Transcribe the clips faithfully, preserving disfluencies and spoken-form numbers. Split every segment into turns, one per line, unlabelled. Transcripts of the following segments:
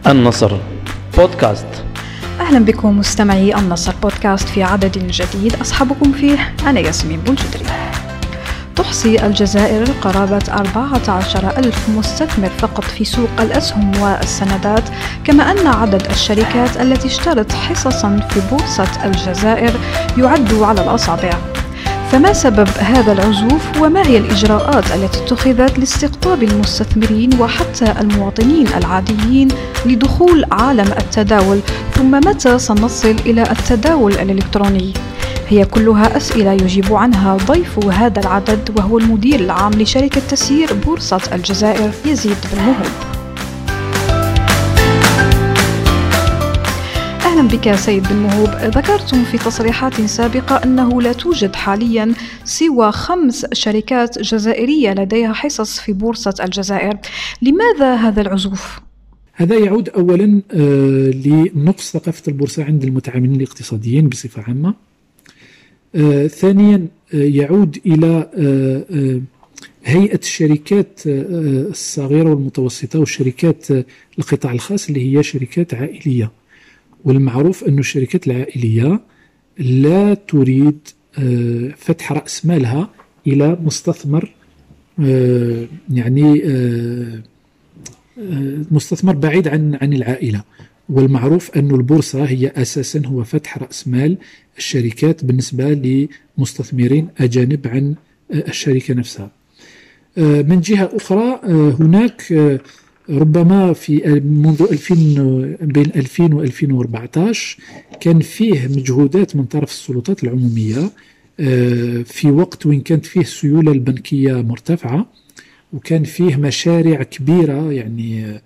النصر بودكاست.
أهلا بكم مستمعي النصر بودكاست في عدد جديد أصحابكم فيه أنا ياسمين بنجدري. تحصي الجزائر قرابة أربعة عشر ألف مستثمر فقط في سوق الأسهم والسندات، كما أن عدد الشركات التي اشترت حصصا في بورصة الجزائر يعد على الأصابع. فما سبب هذا العزوف وما هي الإجراءات التي اتخذت لاستقطاب المستثمرين وحتى المواطنين العاديين لدخول عالم التداول؟ ثم متى سنصل إلى التداول الإلكتروني؟ هي كلها أسئلة يجيب عنها ضيف هذا العدد، وهو المدير العام لشركة تسيير بورصة الجزائر يزيد بن مهوب. أهلا بك سيد بن مهوب. ذكرتم في تصريحات سابقة أنه لا توجد حاليا سوى خمس شركات جزائرية لديها حصص في بورصة الجزائر، لماذا هذا العزوف؟
هذا يعود أولا لنقص ثقافة البورصة عند المتعاملين الاقتصاديين بصفة عامة. آه، ثانيا آه، يعود إلى آه، آه، هيئة الشركات آه، الصغيرة والمتوسطة والشركات آه، القطاع الخاص اللي هي شركات عائلية، والمعروف أن الشركات العائلية لا تريد آه، فتح رأس مالها إلى مستثمر آه، يعني آه، آه، مستثمر بعيد عن عن العائلة. والمعروف أن البورصة هي أساسا هو فتح رأس مال الشركات بالنسبة لمستثمرين أجانب عن الشركة نفسها. من جهة أخرى هناك ربما في منذ ألفين بين ألفين وألفين وأربعة عشر كان فيه مجهودات من طرف السلطات العمومية في وقت وين كانت فيه السيولة البنكية مرتفعة، وكان فيه مشاريع كبيرة يعني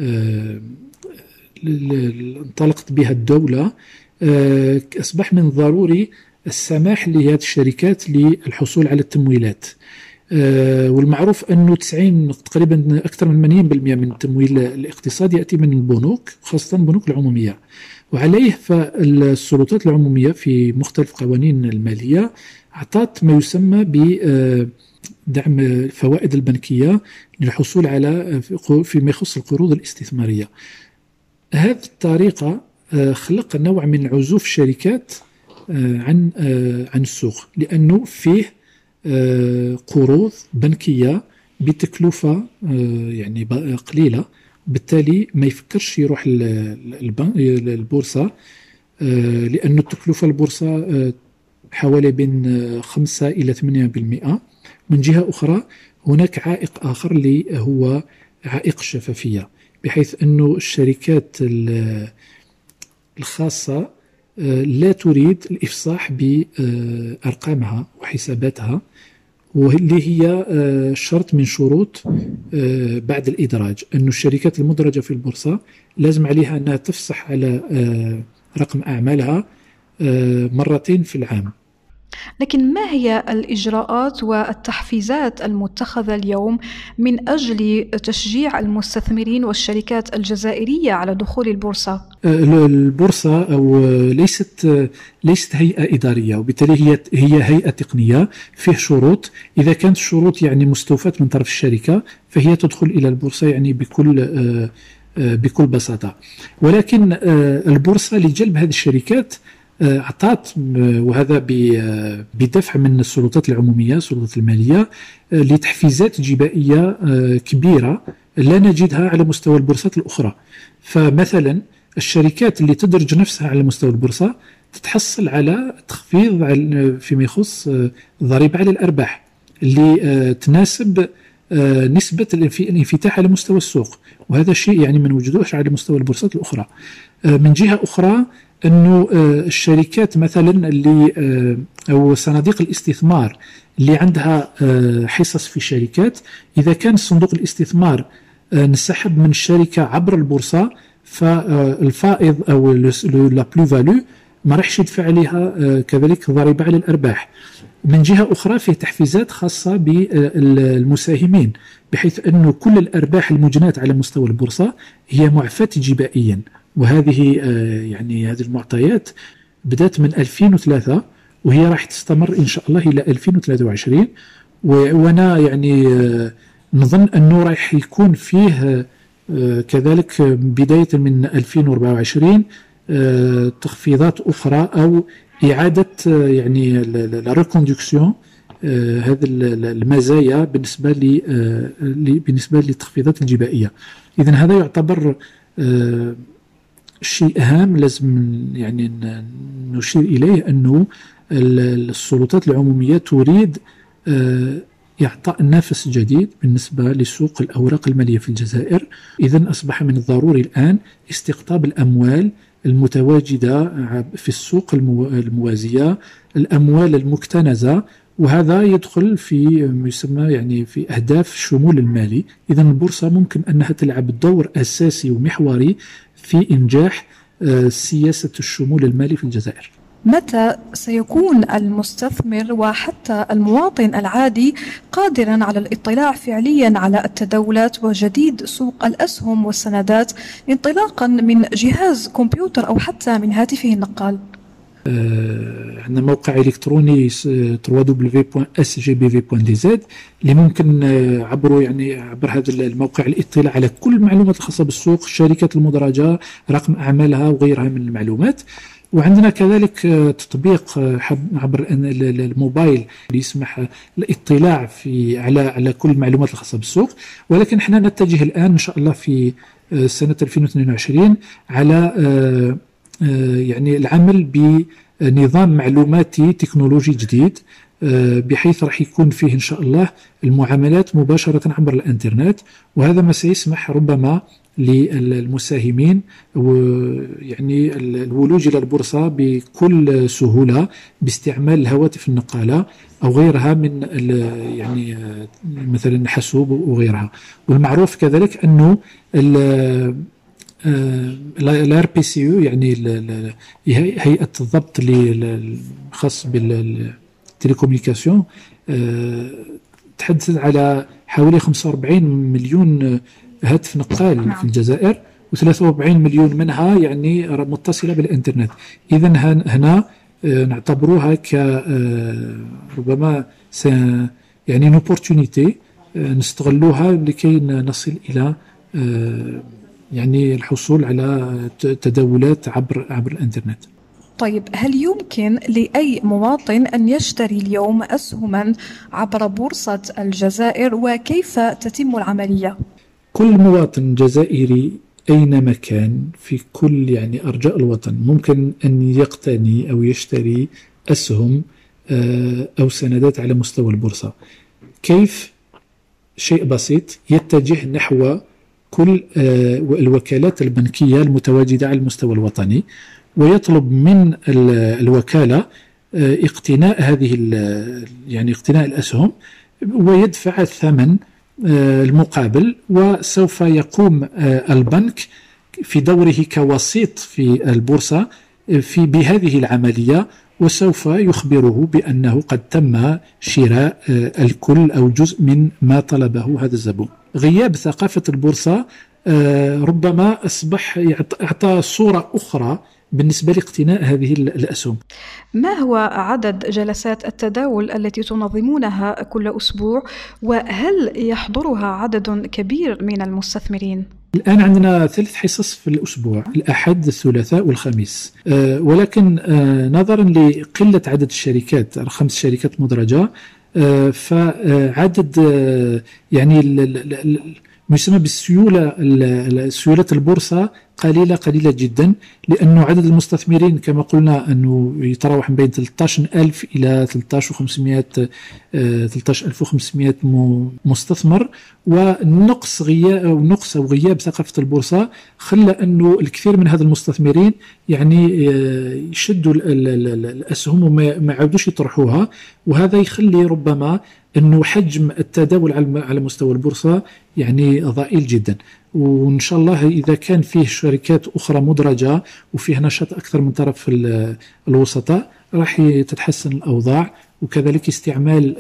انطلقت بها الدولة. أصبح من ضروري السماح لهذه الشركات للحصول على التمويلات، والمعروف أنه تسعين تقريبا أكثر من ثمانين بالمئة من التمويل الاقتصادي يأتي من البنوك، خاصة البنوك العمومية. وعليه فالسلطات العمومية في مختلف قوانين المالية أعطت ما يسمى بدعم الفوائد البنكية للحصول على فيما يخص القروض الاستثمارية. هذه الطريقة خلق نوع من عزوف الشركات عن عن السوق، لأنه فيه قروض بنكية بتكلفة يعني قليلة، بالتالي ما يفكرش يروح للبورصة، لأن التكلفة البورصة حوالي بين خمسة إلى ثمانية بالمئة. من جهة أخرى هناك عائق آخر اللي هو عائق الشفافية، بحيث أنه الشركات الخاصة لا تريد الإفصاح بأرقامها وحساباتها، واللي هي شرط من شروط بعد الإدراج، أن الشركات المدرجة في البورصة لازم عليها أنها تفصح على رقم أعمالها مرتين في العام.
لكن ما هي الإجراءات والتحفيزات المتخذة اليوم من أجل تشجيع المستثمرين والشركات الجزائرية على دخول البورصة؟
البورصة أو ليست ليست هيئة إدارية، وبالتالي هي هي هيئة تقنية. فيه شروط، إذا كانت الشروط يعني مستوفاة من طرف الشركة فهي تدخل إلى البورصة يعني بكل بكل بساطة. ولكن البورصة لجلب هذه الشركات أعطت، وهذا بدفع من السلطات العمومية السلطات المالية، لتحفيزات جبائية كبيرة لا نجدها على مستوى البورصات الأخرى. فمثلا الشركات اللي تدرج نفسها على مستوى البورصة تتحصل على تخفيض فيما يخص الضريبة على الأرباح اللي تناسب نسبة الانفتاح على مستوى السوق، وهذا الشيء يعني ما نوجدوش على مستوى البورصات الأخرى. من جهة أخرى أنه الشركات مثلا اللي أو صناديق الاستثمار اللي عندها حصص في شركات، إذا كان صندوق الاستثمار نسحب من الشركة عبر البورصة، فالفائض أو لا بلو فالو ما راحش يدفع عليها كذلك ضريبة على الأرباح. من جهة أخرى فيه تحفيزات خاصة بالمساهمين، بحيث أنه كل الأرباح المجناة على مستوى البورصة هي معفاة جبائيا. وهذه يعني هذه المعطيات بدأت من ألفين وثلاثة وهي راح تستمر إن شاء الله إلى ألفين وثلاثة وعشرين. وأنا يعني نظن أنه راح يكون فيه كذلك بداية من ألفين وأربعة وعشرين تخفيضات أخرى أو إعادة يعني الريكوندكسيون هذه المزايا بالنسبة ل بالنسبة للتخفيضات الجبائية. إذن هذا يعتبر شيء هام لازم يعني نشير إليه، أنه السلطات العمومية تريد إعطاء نفس جديد بالنسبة لسوق الأوراق المالية في الجزائر. إذن أصبح من الضروري الآن استقطاب الأموال المتواجدة في السوق الموازية، الأموال المكتنزة، وهذا يدخل في يسمى يعني في أهداف الشمول المالي. إذن البورصة ممكن أنها تلعب دور أساسي ومحوري في إنجاح سياسة الشمول المالي في الجزائر.
متى سيكون المستثمر وحتى المواطن العادي قادرا على الاطلاع فعليا على التداولات وجديد سوق الأسهم والسندات انطلاقا من جهاز كمبيوتر أو حتى من هاتفه النقال؟
عندنا موقع إلكتروني دبليو دبليو دبليو دوت إس جي بي في دوت دي زد اللي ممكن عبره يعني عبر هذا الموقع الاطلاع على كل المعلومات الخاصة بالسوق، الشركات المدرجة، رقم أعمالها وغيرها من المعلومات. وعندنا كذلك تطبيق عبر الموبايل اللي يسمح الاطلاع في على على كل المعلومات الخاصة بالسوق. ولكن احنا نتجه الآن إن شاء الله في سنة ألفين واثنين وعشرين على يعني العمل بنظام معلوماتي تكنولوجي جديد، بحيث راح يكون فيه إن شاء الله المعاملات مباشرة عبر الإنترنت، وهذا ما سيسمح ربما للمساهمين ويعني الولوج إلى البورصة بكل سهولة باستعمال الهواتف النقالة أو غيرها من يعني مثلا حاسوب وغيرها. والمعروف كذلك أنه الار بي سي يو يعني هيئة الضبط الخاص بالتليكوميونيكاسيون تحدثت على حوالي خمسة وأربعين مليون هاتف نقال في الجزائر، وثلاثة وأربعين مليون منها يعني متصلة بالإنترنت. إذن هنا نعتبروها ك ربما يعني نوبورتونيتي نستغلوها لكي نصل إلى يعني الحصول على تداولات عبر عبر الإنترنت.
طيب، هل يمكن لأي مواطن أن يشتري اليوم أسهما عبر بورصة الجزائر، وكيف تتم العملية؟ كل
مواطن جزائري أينما كان في كل يعني أرجاء الوطن ممكن أن يقتني أو يشتري أسهم أو سندات على مستوى البورصة. كيف؟ شيء بسيط، يتجه نحو كل الوكالات البنكية المتواجدة على المستوى الوطني، ويطلب من الوكالة اقتناء هذه يعني اقتناء الأسهم، ويدفع الثمن المقابل، وسوف يقوم البنك في دوره كوسيط في البورصة في بهذه العملية، وسوف يخبره بأنه قد تم شراء الكل أو جزء من ما طلبه هذا الزبون. غياب ثقافة البورصة ربما أصبح يعطى صورة أخرى بالنسبة لاقتناء هذه الأسهم.
ما هو عدد جلسات التداول التي تنظمونها كل أسبوع، وهل يحضرها عدد كبير من المستثمرين؟
الآن عندنا ثلاث حصص في الأسبوع، الأحد الثلاثاء والخميس، أه ولكن أه نظرا لقلة عدد الشركات، خمس شركات مدرجة، أه فعدد أه يعني ما يسمى بالسيولة سيولة البورصة قليلة قليلة جدا، لأنه عدد المستثمرين كما قلنا أنه يتراوح بين ثلاثة عشر ألف إلى ثلاثة عشر ألف وخمسمائة مستثمر، ونقص غياب أو نقص أو غياب ثقافة البورصة خلى أنه الكثير من هذا المستثمرين يعني يشدوا الأسهم وما يعودوش يطرحوها، وهذا يخلي ربما أنه حجم التداول على مستوى البورصة يعني ضئيل جدا. وإن شاء الله إذا كان فيه شركات أخرى مدرجة وفيه نشاط أكثر من طرف الوسطاء راح تتحسن الأوضاع، وكذلك استعمال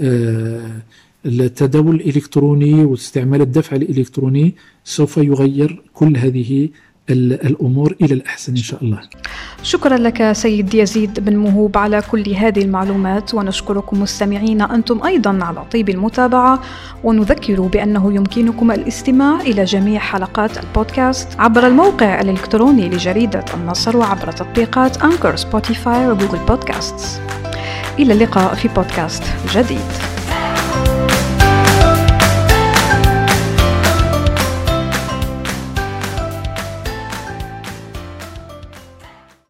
التداول الإلكتروني واستعمال الدفع الإلكتروني سوف يغير كل هذه الأمور إلى الأحسن إن شاء الله.
شكرا لك سيد يزيد بن مهوب على كل هذه المعلومات، ونشكركم مستمعين أنتم أيضا على طيب المتابعة، ونذكر بأنه يمكنكم الاستماع إلى جميع حلقات البودكاست عبر الموقع الإلكتروني لجريدة النصر وعبر تطبيقات أنكر، سبوتيفاي وجوجل بودكاست. إلى اللقاء في بودكاست جديد.